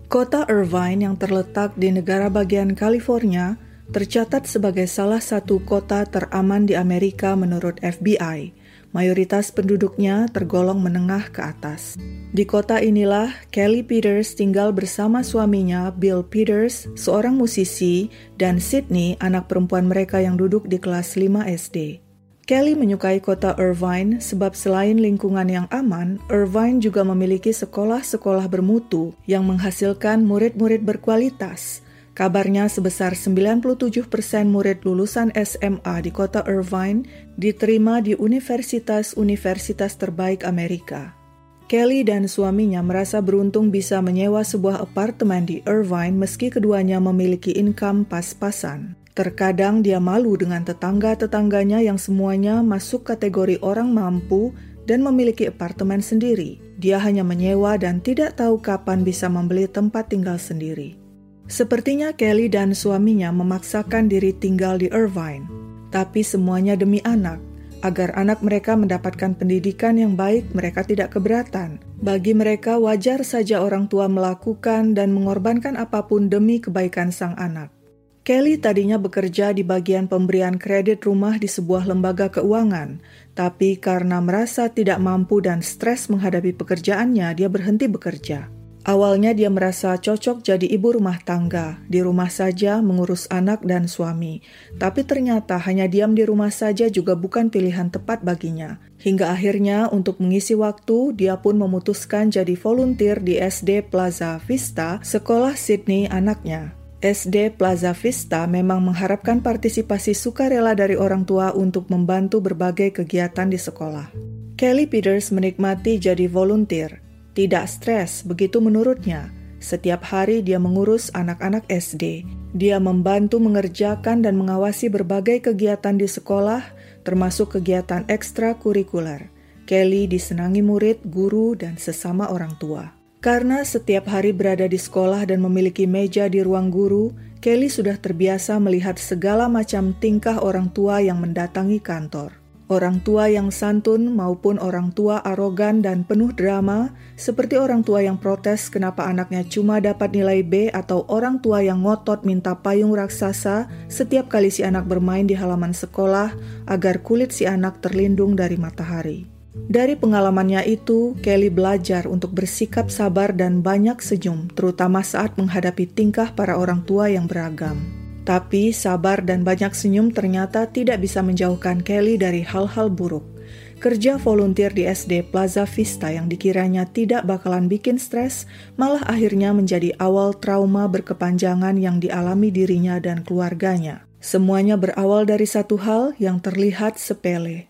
Kota Irvine yang terletak di negara bagian California tercatat sebagai salah satu kota teraman di Amerika menurut FBI. Mayoritas penduduknya tergolong menengah ke atas. Di kota inilah Kelly Peters tinggal bersama suaminya Bill Peters, seorang musisi, dan Sydney, anak perempuan mereka yang duduk di kelas 5 SD. Kelly menyukai kota Irvine sebab selain lingkungan yang aman, Irvine juga memiliki sekolah-sekolah bermutu yang menghasilkan murid-murid berkualitas. Kabarnya sebesar 97% murid lulusan SMA di kota Irvine diterima di universitas-universitas terbaik Amerika. Kelly dan suaminya merasa beruntung bisa menyewa sebuah apartemen di Irvine meski keduanya memiliki income pas-pasan. Terkadang dia malu dengan tetangga-tetangganya yang semuanya masuk kategori orang mampu dan memiliki apartemen sendiri. Dia hanya menyewa dan tidak tahu kapan bisa membeli tempat tinggal sendiri. Sepertinya Kelly dan suaminya memaksakan diri tinggal di Irvine, tapi semuanya demi anak. Agar anak mereka mendapatkan pendidikan yang baik, mereka tidak keberatan. Bagi mereka wajar saja orang tua melakukan dan mengorbankan apapun demi kebaikan sang anak. Kelly tadinya bekerja di bagian pemberian kredit rumah di sebuah lembaga keuangan, tapi karena merasa tidak mampu dan stres menghadapi pekerjaannya, dia berhenti bekerja. Awalnya dia merasa cocok jadi ibu rumah tangga, di rumah saja mengurus anak dan suami. Tapi ternyata hanya diam di rumah saja juga bukan pilihan tepat baginya. Hingga akhirnya untuk mengisi waktu, dia pun memutuskan jadi volunteer di SD Plaza Vista, sekolah Sydney anaknya. SD Plaza Vista memang mengharapkan partisipasi sukarela dari orang tua untuk membantu berbagai kegiatan di sekolah. Kelly Peters menikmati jadi volunteer. Tidak stres, begitu menurutnya. Setiap hari dia mengurus anak-anak SD. Dia membantu mengerjakan dan mengawasi berbagai kegiatan di sekolah, termasuk kegiatan ekstrakurikuler. Kelly disenangi murid, guru, dan sesama orang tua. Karena setiap hari berada di sekolah dan memiliki meja di ruang guru, Kelly sudah terbiasa melihat segala macam tingkah orang tua yang mendatangi kantor. Orang tua yang santun maupun orang tua arogan dan penuh drama, seperti orang tua yang protes kenapa anaknya cuma dapat nilai B atau orang tua yang ngotot minta payung raksasa setiap kali si anak bermain di halaman sekolah agar kulit si anak terlindung dari matahari. Dari pengalamannya itu, Kelly belajar untuk bersikap sabar dan banyak senyum, terutama saat menghadapi tingkah para orang tua yang beragam. Tapi sabar dan banyak senyum ternyata tidak bisa menjauhkan Kelly dari hal-hal buruk. Kerja volunteer di SD Plaza Vista yang dikiranya tidak bakalan bikin stres, malah akhirnya menjadi awal trauma berkepanjangan yang dialami dirinya dan keluarganya. Semuanya berawal dari satu hal yang terlihat sepele.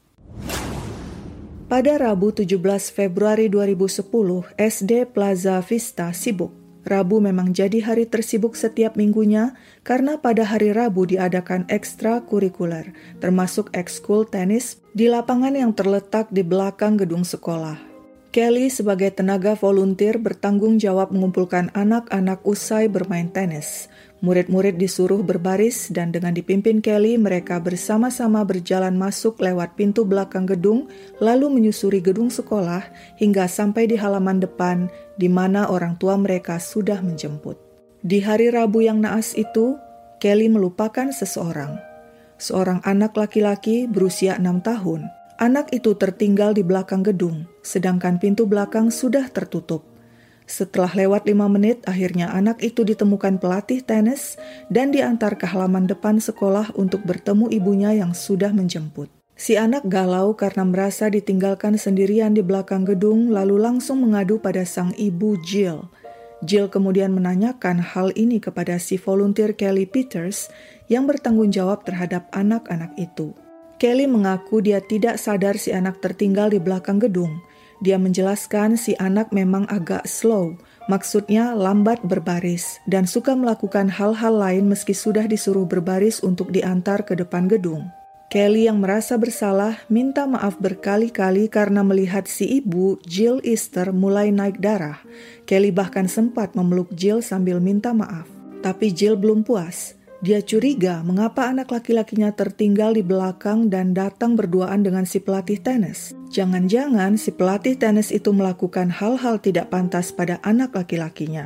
Pada Rabu 17 Februari 2010, SD Plaza Vista sibuk. Rabu memang jadi hari tersibuk setiap minggunya karena pada hari Rabu diadakan ekstrakurikuler, termasuk ekskul tenis di lapangan yang terletak di belakang gedung sekolah. Kelly sebagai tenaga volunteer bertanggung jawab mengumpulkan anak-anak usai bermain tenis. Murid-murid disuruh berbaris dan dengan dipimpin Kelly, mereka bersama-sama berjalan masuk lewat pintu belakang gedung, lalu menyusuri gedung sekolah hingga sampai di halaman depan di mana orang tua mereka sudah menjemput. Di hari Rabu yang naas itu, Kelly melupakan seseorang. Seorang anak laki-laki berusia 6 tahun. Anak itu tertinggal di belakang gedung, sedangkan pintu belakang sudah tertutup. Setelah lewat 5 menit, akhirnya anak itu ditemukan pelatih tenis dan diantar ke halaman depan sekolah untuk bertemu ibunya yang sudah menjemput. Si anak galau karena merasa ditinggalkan sendirian di belakang gedung, lalu langsung mengadu pada sang ibu Jill. Jill kemudian menanyakan hal ini kepada si volunteer Kelly Peters yang bertanggung jawab terhadap anak-anak itu. Kelly mengaku dia tidak sadar si anak tertinggal di belakang gedung. Dia menjelaskan si anak memang agak slow, maksudnya lambat berbaris, dan suka melakukan hal-hal lain meski sudah disuruh berbaris untuk diantar ke depan gedung. Kelly yang merasa bersalah minta maaf berkali-kali karena melihat si ibu, Jill Easter, mulai naik darah. Kelly bahkan sempat memeluk Jill sambil minta maaf. Tapi Jill belum puas. Dia curiga mengapa anak laki-lakinya tertinggal di belakang dan datang berduaan dengan si pelatih tenis. Jangan-jangan si pelatih tenis itu melakukan hal-hal tidak pantas pada anak laki-lakinya.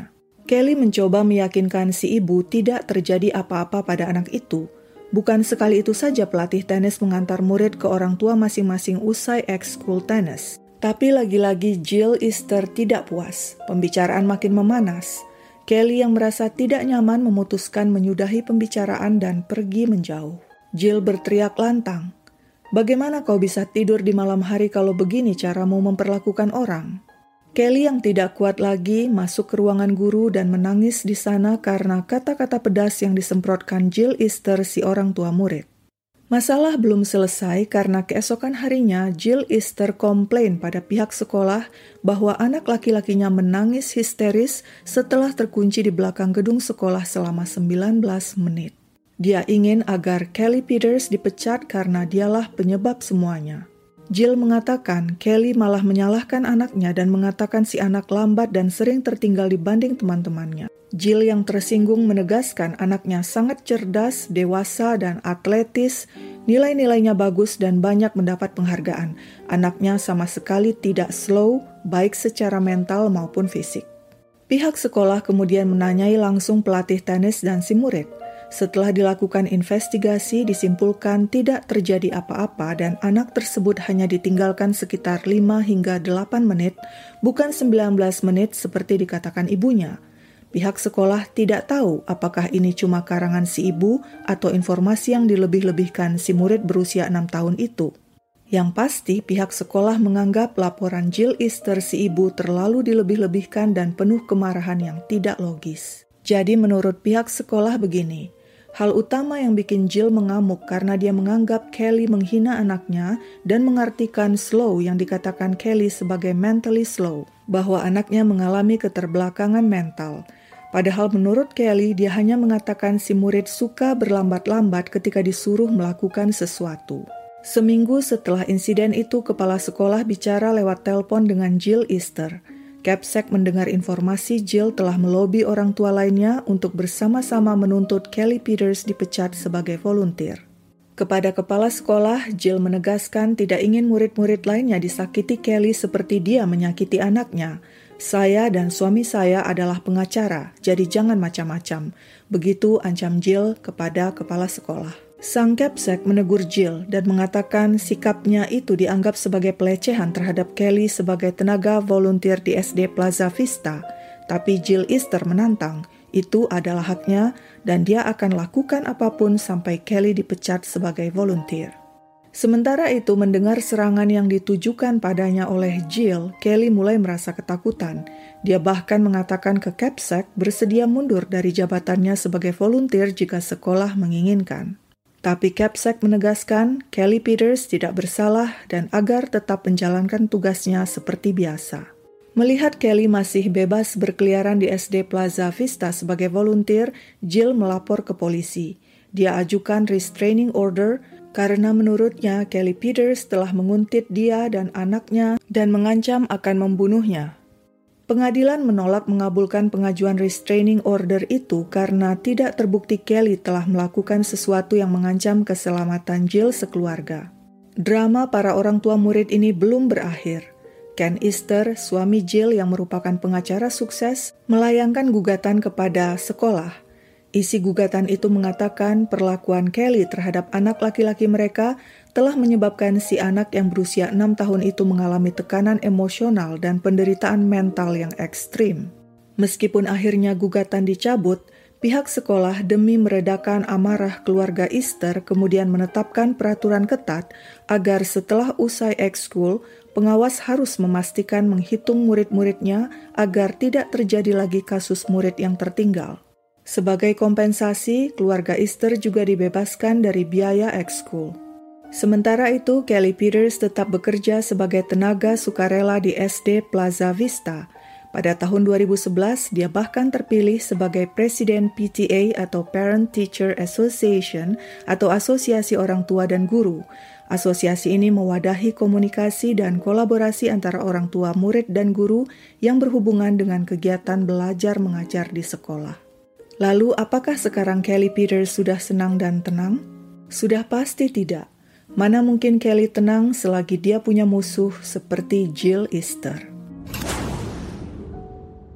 Kelly mencoba meyakinkan si ibu tidak terjadi apa-apa pada anak itu. Bukan sekali itu saja pelatih tenis mengantar murid ke orang tua masing-masing usai ekskul tenis. Tapi lagi-lagi Jill Easter tidak puas. Pembicaraan makin memanas. Kelly yang merasa tidak nyaman memutuskan menyudahi pembicaraan dan pergi menjauh. Jill berteriak lantang, "Bagaimana kau bisa tidur di malam hari kalau begini caramu memperlakukan orang?" Kelly yang tidak kuat lagi masuk ke ruangan guru dan menangis di sana karena kata-kata pedas yang disemprotkan Jill Easter si orang tua murid. Masalah belum selesai karena keesokan harinya Jill Easter komplain pada pihak sekolah bahwa anak laki-lakinya menangis histeris setelah terkunci di belakang gedung sekolah selama 19 menit. Dia ingin agar Kelly Peters dipecat karena dialah penyebab semuanya. Jill mengatakan Kelly malah menyalahkan anaknya dan mengatakan si anak lambat dan sering tertinggal dibanding teman-temannya. Jill yang tersinggung menegaskan anaknya sangat cerdas, dewasa, dan atletis, nilai-nilainya bagus dan banyak mendapat penghargaan. Anaknya sama sekali tidak slow, baik secara mental maupun fisik. Pihak sekolah kemudian menanyai langsung pelatih tenis dan si murid. Setelah dilakukan investigasi, disimpulkan tidak terjadi apa-apa dan anak tersebut hanya ditinggalkan sekitar 5 hingga 8 menit, bukan 19 menit seperti dikatakan ibunya. Pihak sekolah tidak tahu apakah ini cuma karangan si ibu atau informasi yang dilebih-lebihkan si murid berusia 6 tahun itu. Yang pasti, pihak sekolah menganggap laporan Jill Easter si ibu terlalu dilebih-lebihkan dan penuh kemarahan yang tidak logis. Jadi menurut pihak sekolah begini, hal utama yang bikin Jill mengamuk karena dia menganggap Kelly menghina anaknya dan mengartikan slow yang dikatakan Kelly sebagai mentally slow, bahwa anaknya mengalami keterbelakangan mental. Padahal menurut Kelly, dia hanya mengatakan si murid suka berlambat-lambat ketika disuruh melakukan sesuatu. Seminggu setelah insiden itu, kepala sekolah bicara lewat telepon dengan Jill Easter. Capsec mendengar informasi Jill telah melobi orang tua lainnya untuk bersama-sama menuntut Kelly Peters dipecat sebagai volunteer. Kepada kepala sekolah, Jill menegaskan tidak ingin murid-murid lainnya disakiti Kelly seperti dia menyakiti anaknya. "Saya dan suami saya adalah pengacara, jadi jangan macam-macam." Begitu ancam Jill kepada kepala sekolah. Sang Capsec menegur Jill dan mengatakan sikapnya itu dianggap sebagai pelecehan terhadap Kelly sebagai tenaga volunteer di SD Plaza Vista. Tapi Jill Easter menantang, itu adalah haknya dan dia akan lakukan apapun sampai Kelly dipecat sebagai volunteer. Sementara itu, mendengar serangan yang ditujukan padanya oleh Jill, Kelly mulai merasa ketakutan. Dia bahkan mengatakan ke Capsec bersedia mundur dari jabatannya sebagai volunteer jika sekolah menginginkan. Tapi Capsec menegaskan Kelly Peters tidak bersalah dan agar tetap menjalankan tugasnya seperti biasa. Melihat Kelly masih bebas berkeliaran di SD Plaza Vista sebagai volunteer, Jill melapor ke polisi. Dia ajukan restraining order karena menurutnya Kelly Peters telah menguntit dia dan anaknya dan mengancam akan membunuhnya. Pengadilan menolak mengabulkan pengajuan restraining order itu karena tidak terbukti Kelly telah melakukan sesuatu yang mengancam keselamatan Jill sekeluarga. Drama para orang tua murid ini belum berakhir. Ken Easter, suami Jill yang merupakan pengacara sukses, melayangkan gugatan kepada sekolah. Isi gugatan itu mengatakan perlakuan Kelly terhadap anak laki-laki mereka telah menyebabkan si anak yang berusia 6 tahun itu mengalami tekanan emosional dan penderitaan mental yang ekstrim. Meskipun akhirnya gugatan dicabut, pihak sekolah demi meredakan amarah keluarga Easter kemudian menetapkan peraturan ketat agar setelah usai ekskul, pengawas harus memastikan menghitung murid-muridnya agar tidak terjadi lagi kasus murid yang tertinggal. Sebagai kompensasi, keluarga Easter juga dibebaskan dari biaya ekskul. Sementara itu, Kelly Peters tetap bekerja sebagai tenaga sukarela di SD Plaza Vista. Pada tahun 2011, dia bahkan terpilih sebagai Presiden PTA atau Parent Teacher Association atau Asosiasi Orang Tua dan Guru. Asosiasi ini mewadahi komunikasi dan kolaborasi antara orang tua, murid, dan guru yang berhubungan dengan kegiatan belajar mengajar di sekolah. Lalu, apakah sekarang Kelly Peters sudah senang dan tenang? Sudah pasti tidak. Mana mungkin Kelly tenang selagi dia punya musuh seperti Jill Easter.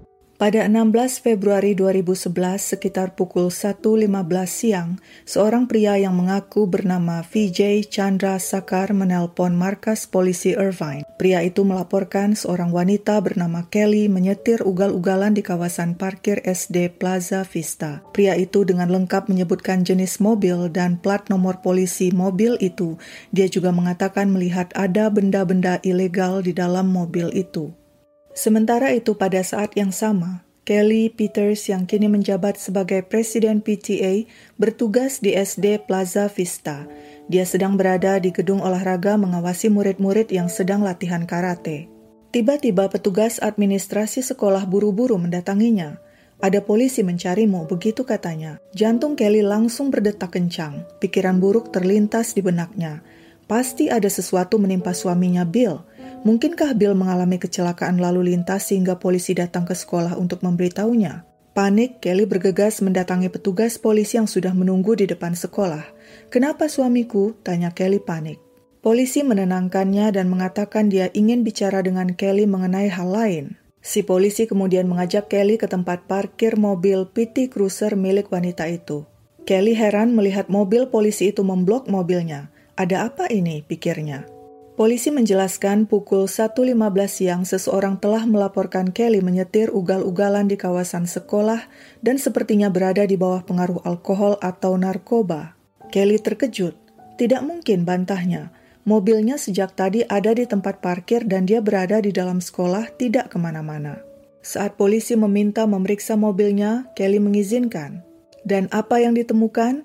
Pada 16 Februari 2011, sekitar pukul 1.15 siang, seorang pria yang mengaku bernama Vijay Chandra Sakar menelpon markas polisi Irvine. Pria itu melaporkan seorang wanita bernama Kelly menyetir ugal-ugalan di kawasan parkir SD Plaza Vista. Pria itu dengan lengkap menyebutkan jenis mobil dan plat nomor polisi mobil itu. Dia juga mengatakan melihat ada benda-benda ilegal di dalam mobil itu. Sementara itu pada saat yang sama, Kelly Peters yang kini menjabat sebagai Presiden PTA bertugas di SD Plaza Vista. Dia sedang berada di gedung olahraga mengawasi murid-murid yang sedang latihan karate. Tiba-tiba petugas administrasi sekolah buru-buru mendatanginya. Ada polisi mencarimu, begitu katanya. Jantung Kelly langsung berdetak kencang. Pikiran buruk terlintas di benaknya. Pasti ada sesuatu menimpa suaminya Bill. Mungkinkah Bill mengalami kecelakaan lalu lintas sehingga polisi datang ke sekolah untuk memberitahunya? Panik, Kelly bergegas mendatangi petugas polisi yang sudah menunggu di depan sekolah. "Kenapa suamiku?" tanya Kelly panik. Polisi menenangkannya dan mengatakan dia ingin bicara dengan Kelly mengenai hal lain. Si polisi kemudian mengajak Kelly ke tempat parkir mobil PT Cruiser milik wanita itu. Kelly heran melihat mobil polisi itu memblok mobilnya. Ada apa ini, pikirnya. Polisi menjelaskan pukul 1.15 siang seseorang telah melaporkan Kelly menyetir ugal-ugalan di kawasan sekolah dan sepertinya berada di bawah pengaruh alkohol atau narkoba. Kelly terkejut. Tidak mungkin, bantahnya. Mobilnya sejak tadi ada di tempat parkir dan dia berada di dalam sekolah, tidak kemana-mana. Saat polisi meminta memeriksa mobilnya, Kelly mengizinkan. Dan apa yang ditemukan?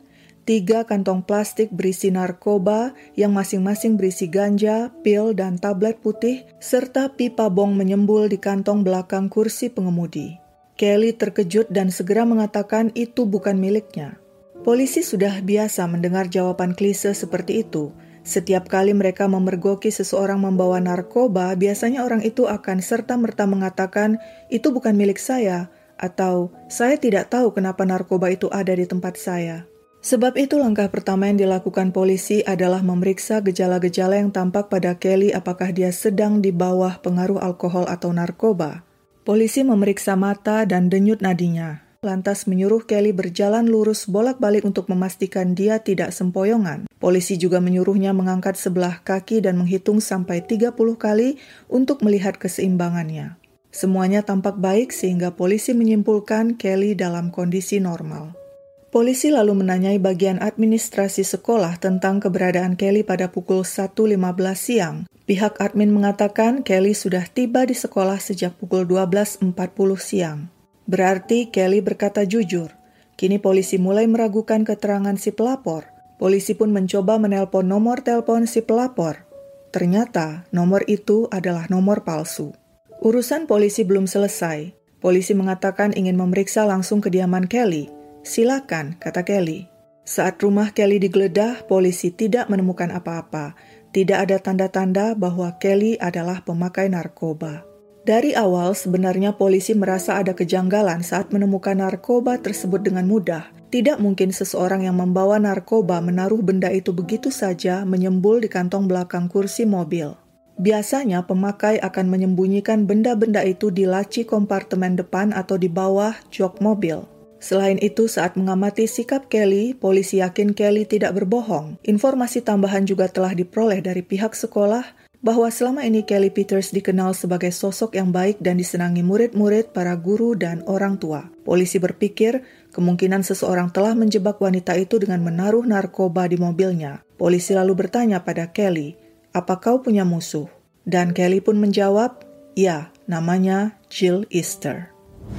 3 kantong plastik berisi narkoba yang masing-masing berisi ganja, pil, dan tablet putih, serta pipa bong menyembul di kantong belakang kursi pengemudi. Kelly terkejut dan segera mengatakan itu bukan miliknya. Polisi sudah biasa mendengar jawaban klise seperti itu. Setiap kali mereka memergoki seseorang membawa narkoba, biasanya orang itu akan serta-merta mengatakan, "Itu bukan milik saya," atau "Saya tidak tahu kenapa narkoba itu ada di tempat saya." Sebab itu langkah pertama yang dilakukan polisi adalah memeriksa gejala-gejala yang tampak pada Kelly apakah dia sedang di bawah pengaruh alkohol atau narkoba. Polisi memeriksa mata dan denyut nadinya, lantas menyuruh Kelly berjalan lurus bolak-balik untuk memastikan dia tidak sempoyongan. Polisi juga menyuruhnya mengangkat sebelah kaki dan menghitung sampai 30 kali untuk melihat keseimbangannya. Semuanya tampak baik sehingga polisi menyimpulkan Kelly dalam kondisi normal. Polisi lalu menanyai bagian administrasi sekolah tentang keberadaan Kelly pada pukul 1.15 siang. Pihak admin mengatakan Kelly sudah tiba di sekolah sejak pukul 12.40 siang. Berarti Kelly berkata jujur. Kini polisi mulai meragukan keterangan si pelapor. Polisi pun mencoba menelpon nomor telepon si pelapor. Ternyata nomor itu adalah nomor palsu. Urusan polisi belum selesai. Polisi mengatakan ingin memeriksa langsung kediaman Kelly. "Silakan," kata Kelly. Saat rumah Kelly digeledah, polisi tidak menemukan apa-apa. Tidak ada tanda-tanda bahwa Kelly adalah pemakai narkoba. Dari awal sebenarnya polisi merasa ada kejanggalan saat menemukan narkoba tersebut dengan mudah. Tidak mungkin seseorang yang membawa narkoba menaruh benda itu begitu saja menyembul di kantong belakang kursi mobil. Biasanya pemakai akan menyembunyikan benda-benda itu di laci kompartemen depan atau di bawah jok mobil. Selain itu, saat mengamati sikap Kelly, polisi yakin Kelly tidak berbohong. Informasi tambahan juga telah diperoleh dari pihak sekolah bahwa selama ini Kelly Peters dikenal sebagai sosok yang baik dan disenangi murid-murid, para guru, dan orang tua. Polisi berpikir kemungkinan seseorang telah menjebak wanita itu dengan menaruh narkoba di mobilnya. Polisi lalu bertanya pada Kelly, "Apa kau punya musuh?" Dan Kelly pun menjawab, "Ya, namanya Jill Easter."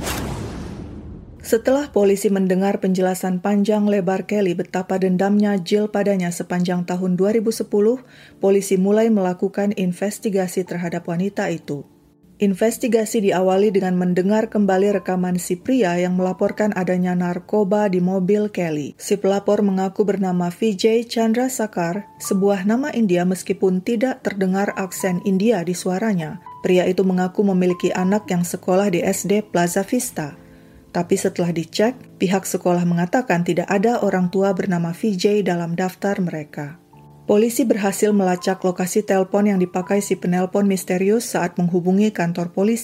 Setelah polisi mendengar penjelasan panjang lebar Kelly betapa dendamnya Jill padanya sepanjang tahun 2010, polisi mulai melakukan investigasi terhadap wanita itu. Investigasi diawali dengan mendengar kembali rekaman si pria yang melaporkan adanya narkoba di mobil Kelly. Si pelapor mengaku bernama Vijay Chandra Sakar, sebuah nama India meskipun tidak terdengar aksen India di suaranya. Pria itu mengaku memiliki anak yang sekolah di SD Plaza Vista. Tapi setelah dicek, pihak sekolah mengatakan tidak ada orang tua bernama Vijay dalam daftar mereka. Polisi berhasil melacak lokasi telepon yang dipakai si penelpon misterius saat menghubungi kantor polisi.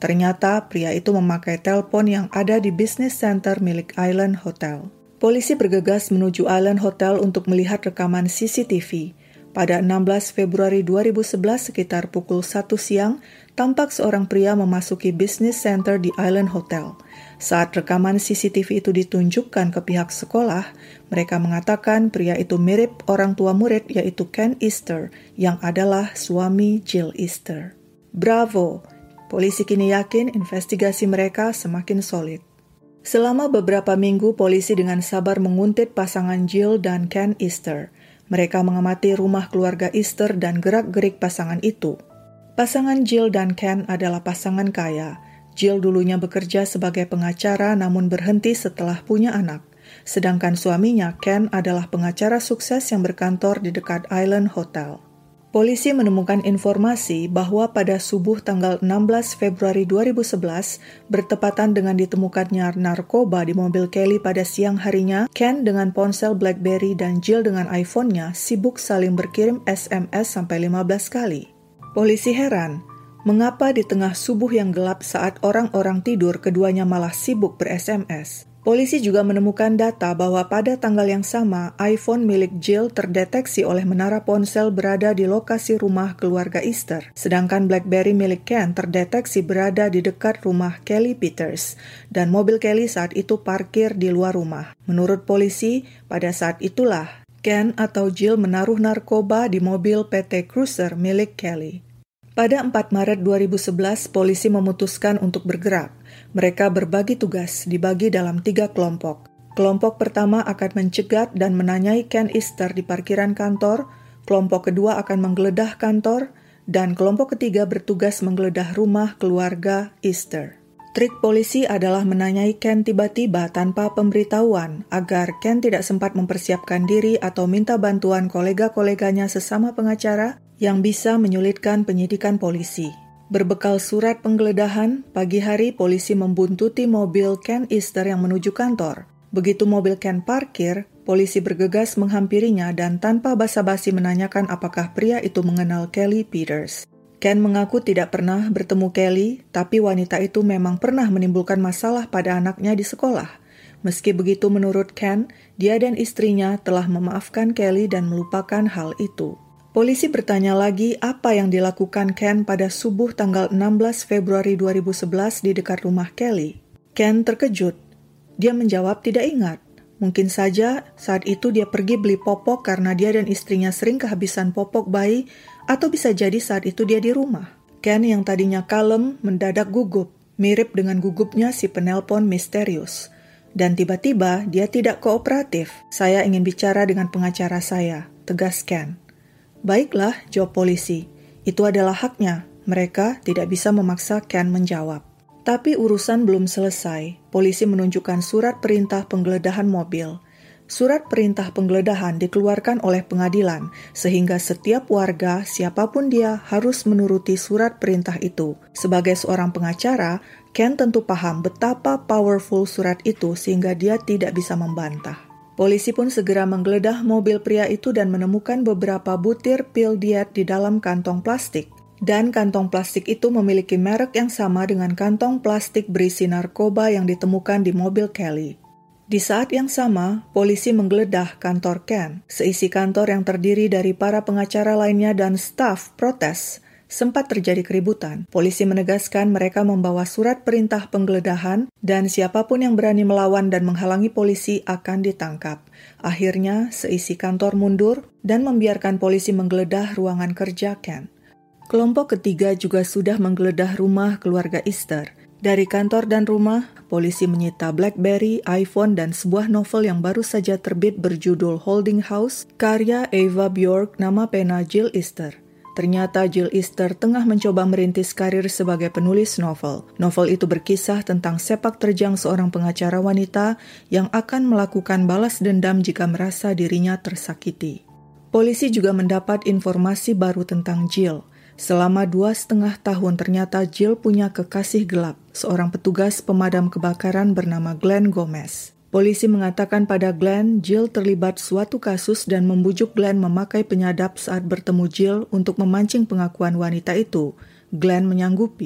Ternyata pria itu memakai telepon yang ada di business center milik Island Hotel. Polisi bergegas menuju Island Hotel untuk melihat rekaman CCTV. Pada 16 Februari 2011 sekitar pukul 1 siang, tampak seorang pria memasuki business center di Island Hotel. Saat rekaman CCTV itu ditunjukkan ke pihak sekolah, mereka mengatakan pria itu mirip orang tua murid yaitu Ken Easter yang adalah suami Jill Easter. Bravo! Polisi kini yakin investigasi mereka semakin solid. Selama beberapa minggu, polisi dengan sabar menguntit pasangan Jill dan Ken Easter. Mereka mengamati rumah keluarga Easter dan gerak-gerik pasangan itu. Pasangan Jill dan Ken adalah pasangan kaya. Jill dulunya bekerja sebagai pengacara namun berhenti setelah punya anak. Sedangkan suaminya, Ken, adalah pengacara sukses yang berkantor di dekat Island Hotel. Polisi menemukan informasi bahwa pada subuh tanggal 16 Februari 2011, bertepatan dengan ditemukannya narkoba di mobil Kelly pada siang harinya, Ken dengan ponsel BlackBerry dan Jill dengan iPhone-nya sibuk saling berkirim SMS sampai 15 kali. Polisi heran, mengapa di tengah subuh yang gelap saat orang-orang tidur keduanya malah sibuk ber-SMS. Polisi juga menemukan data bahwa pada tanggal yang sama, iPhone milik Jill terdeteksi oleh menara ponsel berada di lokasi rumah keluarga Easter, sedangkan BlackBerry milik Ken terdeteksi berada di dekat rumah Kelly Peters, dan mobil Kelly saat itu parkir di luar rumah. Menurut polisi, pada saat itulah Ken atau Jill menaruh narkoba di mobil PT Cruiser milik Kelly. Pada 4 Maret 2011, polisi memutuskan untuk bergerak. Mereka berbagi tugas, dibagi dalam 3 kelompok. Kelompok pertama akan mencegat dan menanyai Ken Easter di parkiran kantor, kelompok kedua akan menggeledah kantor, dan kelompok ketiga bertugas menggeledah rumah keluarga Easter. Trik polisi adalah menanyai Ken tiba-tiba tanpa pemberitahuan agar Ken tidak sempat mempersiapkan diri atau minta bantuan kolega-koleganya sesama pengacara yang bisa menyulitkan penyidikan polisi. Berbekal surat penggeledahan, pagi hari polisi membuntuti mobil Ken Easter yang menuju kantor. Begitu mobil Ken parkir, polisi bergegas menghampirinya dan tanpa basa-basi menanyakan apakah pria itu mengenal Kelly Peters. Ken mengaku tidak pernah bertemu Kelly, tapi wanita itu memang pernah menimbulkan masalah pada anaknya di sekolah. Meski begitu, menurut Ken, dia dan istrinya telah memaafkan Kelly dan melupakan hal itu. Polisi bertanya lagi apa yang dilakukan Ken pada subuh tanggal 16 Februari 2011 di dekat rumah Kelly. Ken terkejut. Dia menjawab tidak ingat. Mungkin saja saat itu dia pergi beli popok karena dia dan istrinya sering kehabisan popok bayi, atau bisa jadi saat itu dia di rumah. Ken yang tadinya kalem mendadak gugup, mirip dengan gugupnya si penelpon misterius. Dan tiba-tiba dia tidak kooperatif. Saya ingin bicara dengan pengacara saya, tegas Ken. Baiklah, jawab polisi. Itu adalah haknya. Mereka tidak bisa memaksa Ken menjawab. Tapi urusan belum selesai. Polisi menunjukkan surat perintah penggeledahan mobil. Surat perintah penggeledahan dikeluarkan oleh pengadilan, sehingga setiap warga, siapapun dia, harus menuruti surat perintah itu. Sebagai seorang pengacara, Ken tentu paham betapa powerful surat itu sehingga dia tidak bisa membantah. Polisi pun segera menggeledah mobil pria itu dan menemukan beberapa butir pil diet di dalam kantong plastik. Dan kantong plastik itu memiliki merek yang sama dengan kantong plastik berisi narkoba yang ditemukan di mobil Kelly. Di saat yang sama, polisi menggeledah kantor Ken. Seisi kantor yang terdiri dari para pengacara lainnya dan staf protes. Sempat terjadi keributan. Polisi menegaskan mereka membawa surat perintah penggeledahan dan siapapun yang berani melawan dan menghalangi polisi akan ditangkap. Akhirnya, seisi kantor mundur dan membiarkan polisi menggeledah ruangan kerja Ken. Kelompok ketiga juga sudah menggeledah rumah keluarga Easter. Dari kantor dan rumah, polisi menyita BlackBerry, iPhone, dan sebuah novel yang baru saja terbit berjudul Holding House, karya Eva Bjork, nama pena Jill Easter. Ternyata Jill Easter tengah mencoba merintis karir sebagai penulis novel. Novel itu berkisah tentang sepak terjang seorang pengacara wanita yang akan melakukan balas dendam jika merasa dirinya tersakiti. Polisi juga mendapat informasi baru tentang Jill. Selama 2,5 tahun ternyata Jill punya kekasih gelap, seorang petugas pemadam kebakaran bernama Glenn Gomez. Polisi mengatakan pada Glenn, Jill terlibat suatu kasus dan membujuk Glenn memakai penyadap saat bertemu Jill untuk memancing pengakuan wanita itu. Glenn menyanggupi.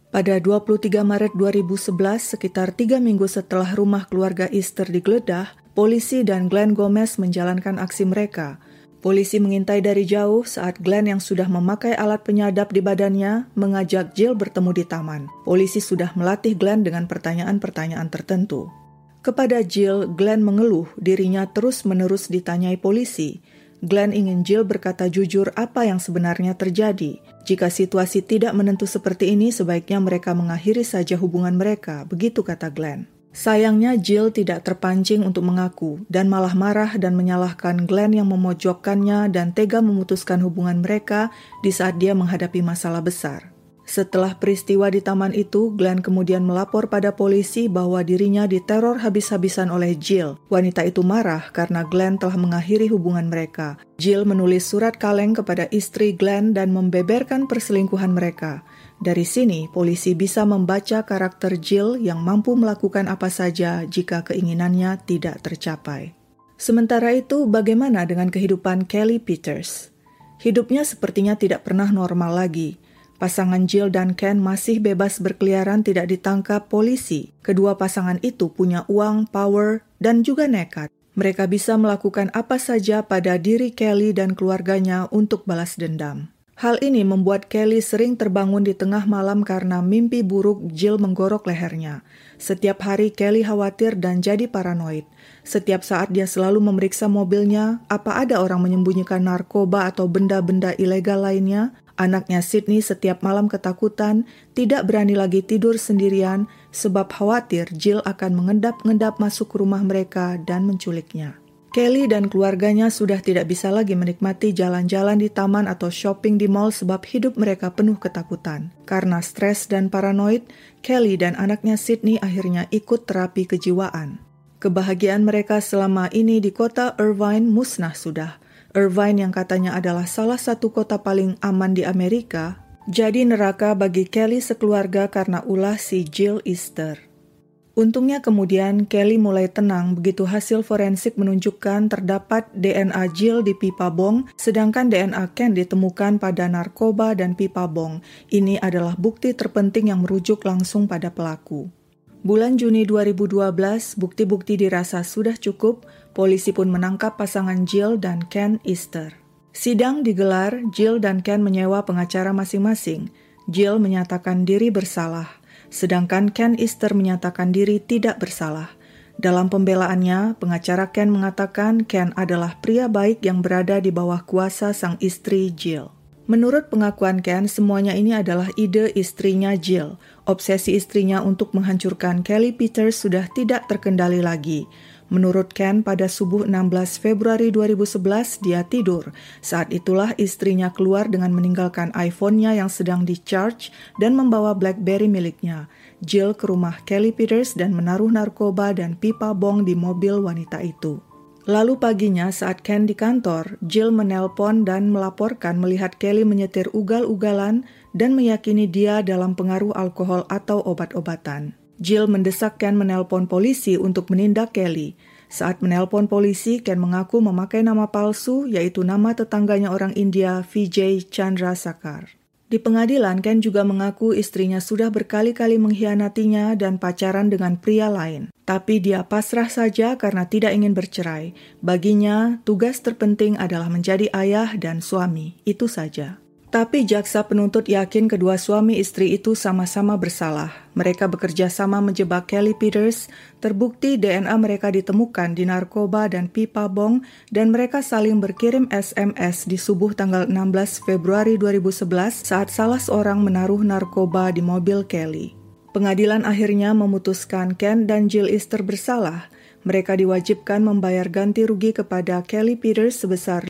Pada 23 Maret 2011, sekitar 3 minggu setelah rumah keluarga Easter digeledah, polisi dan Glenn Gomez menjalankan aksi mereka. Polisi mengintai dari jauh saat Glenn yang sudah memakai alat penyadap di badannya mengajak Jill bertemu di taman. Polisi sudah melatih Glenn dengan pertanyaan-pertanyaan tertentu. Kepada Jill, Glenn mengeluh dirinya terus-menerus ditanyai polisi. Glenn ingin Jill berkata jujur apa yang sebenarnya terjadi. Jika situasi tidak menentu seperti ini, sebaiknya mereka mengakhiri saja hubungan mereka, begitu kata Glenn. Sayangnya Jill tidak terpancing untuk mengaku dan malah marah dan menyalahkan Glenn yang memojokkannya dan tega memutuskan hubungan mereka di saat dia menghadapi masalah besar. Setelah peristiwa di taman itu, Glenn kemudian melapor pada polisi bahwa dirinya diteror habis-habisan oleh Jill. Wanita itu marah karena Glenn telah mengakhiri hubungan mereka. Jill menulis surat kaleng kepada istri Glenn dan membeberkan perselingkuhan mereka. Dari sini, polisi bisa membaca karakter Jill yang mampu melakukan apa saja jika keinginannya tidak tercapai. Sementara itu, bagaimana dengan kehidupan Kelly Peters? Hidupnya sepertinya tidak pernah normal lagi. Pasangan Jill dan Ken masih bebas berkeliaran tidak ditangkap polisi. Kedua pasangan itu punya uang, power, dan juga nekat. Mereka bisa melakukan apa saja pada diri Kelly dan keluarganya untuk balas dendam. Hal ini membuat Kelly sering terbangun di tengah malam karena mimpi buruk Jill menggorok lehernya. Setiap hari Kelly khawatir dan jadi paranoid. Setiap saat dia selalu memeriksa mobilnya, apa ada orang menyembunyikan narkoba atau benda-benda ilegal lainnya. Anaknya Sydney setiap malam ketakutan, tidak berani lagi tidur sendirian sebab khawatir Jill akan mengendap-endap masuk ke rumah mereka dan menculiknya. Kelly dan keluarganya sudah tidak bisa lagi menikmati jalan-jalan di taman atau shopping di mall sebab hidup mereka penuh ketakutan. Karena stres dan paranoid, Kelly dan anaknya Sydney akhirnya ikut terapi kejiwaan. Kebahagiaan mereka selama ini di kota Irvine musnah sudah. Irvine yang katanya adalah salah satu kota paling aman di Amerika, jadi neraka bagi Kelly sekeluarga karena ulah si Jill Easter. Untungnya kemudian Kelly mulai tenang begitu hasil forensik menunjukkan terdapat DNA Jill di pipa bong, sedangkan DNA Ken ditemukan pada narkoba dan pipa bong. Ini adalah bukti terpenting yang merujuk langsung pada pelaku. Bulan Juni 2012, bukti-bukti dirasa sudah cukup, polisi pun menangkap pasangan Jill dan Ken Easter. Sidang digelar, Jill dan Ken menyewa pengacara masing-masing. Jill menyatakan diri bersalah, sedangkan Ken Easter menyatakan diri tidak bersalah. Dalam pembelaannya, pengacara Ken mengatakan Ken adalah pria baik yang berada di bawah kuasa sang istri Jill. Menurut pengakuan Ken, semuanya ini adalah ide istrinya Jill. Obsesi istrinya untuk menghancurkan Kelly Peters sudah tidak terkendali lagi. Menurut Ken, pada subuh 16 Februari 2011, dia tidur. Saat itulah istrinya keluar dengan meninggalkan iPhone-nya yang sedang di-charge dan membawa BlackBerry miliknya. Jill ke rumah Kelly Peters dan menaruh narkoba dan pipa bong di mobil wanita itu. Lalu paginya saat Ken di kantor, Jill menelpon dan melaporkan melihat Kelly menyetir ugal-ugalan dan meyakini dia dalam pengaruh alkohol atau obat-obatan. Jill mendesak Ken menelpon polisi untuk menindak Kelly. Saat menelpon polisi, Ken mengaku memakai nama palsu, yaitu nama tetangganya orang India, Vijay Chandrasekhar. Di pengadilan, Ken juga mengaku istrinya sudah berkali-kali mengkhianatinya dan pacaran dengan pria lain. Tapi dia pasrah saja karena tidak ingin bercerai. Baginya, tugas terpenting adalah menjadi ayah dan suami. Itu saja. Tapi jaksa penuntut yakin kedua suami istri itu sama-sama bersalah. Mereka bekerja sama menjebak Kelly Peters, terbukti DNA mereka ditemukan di narkoba dan pipa bong, dan mereka saling berkirim SMS di subuh tanggal 16 Februari 2011 saat salah seorang menaruh narkoba di mobil Kelly. Pengadilan akhirnya memutuskan Ken dan Jill Easter bersalah. Mereka diwajibkan membayar ganti rugi kepada Kelly Peters sebesar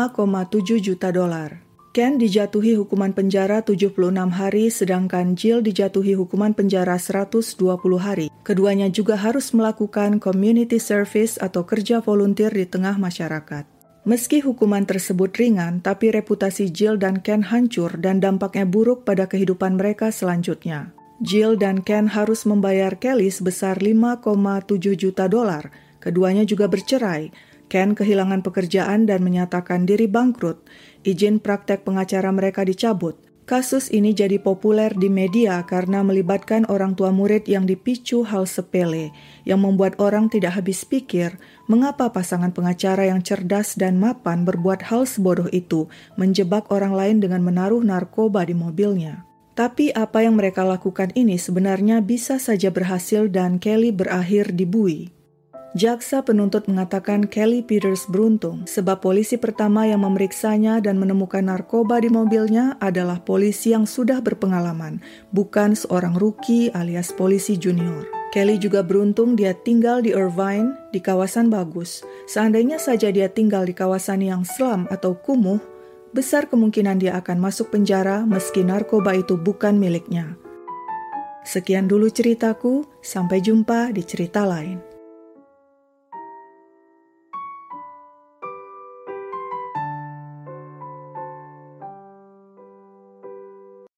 $5,7 juta. Ken dijatuhi hukuman penjara 76 hari, sedangkan Jill dijatuhi hukuman penjara 120 hari. Keduanya juga harus melakukan community service atau kerja volunteer di tengah masyarakat. Meski hukuman tersebut ringan, tapi reputasi Jill dan Ken hancur dan dampaknya buruk pada kehidupan mereka selanjutnya. Jill dan Ken harus membayar Kelly sebesar $5,7 juta. Keduanya juga bercerai. Ken kehilangan pekerjaan dan menyatakan diri bangkrut. Izin praktek pengacara mereka dicabut. Kasus ini jadi populer di media karena melibatkan orang tua murid yang dipicu hal sepele, yang membuat orang tidak habis pikir mengapa pasangan pengacara yang cerdas dan mapan berbuat hal sebodoh itu, menjebak orang lain dengan menaruh narkoba di mobilnya. Tapi apa yang mereka lakukan ini sebenarnya bisa saja berhasil dan Kelly berakhir dibui. Jaksa penuntut mengatakan Kelly Peters beruntung sebab polisi pertama yang memeriksanya dan menemukan narkoba di mobilnya adalah polisi yang sudah berpengalaman, bukan seorang rookie alias polisi junior. Kelly juga beruntung dia tinggal di Irvine, di kawasan bagus. Seandainya saja dia tinggal di kawasan yang slum atau kumuh, besar kemungkinan dia akan masuk penjara meski narkoba itu bukan miliknya. Sekian dulu ceritaku, sampai jumpa di cerita lain.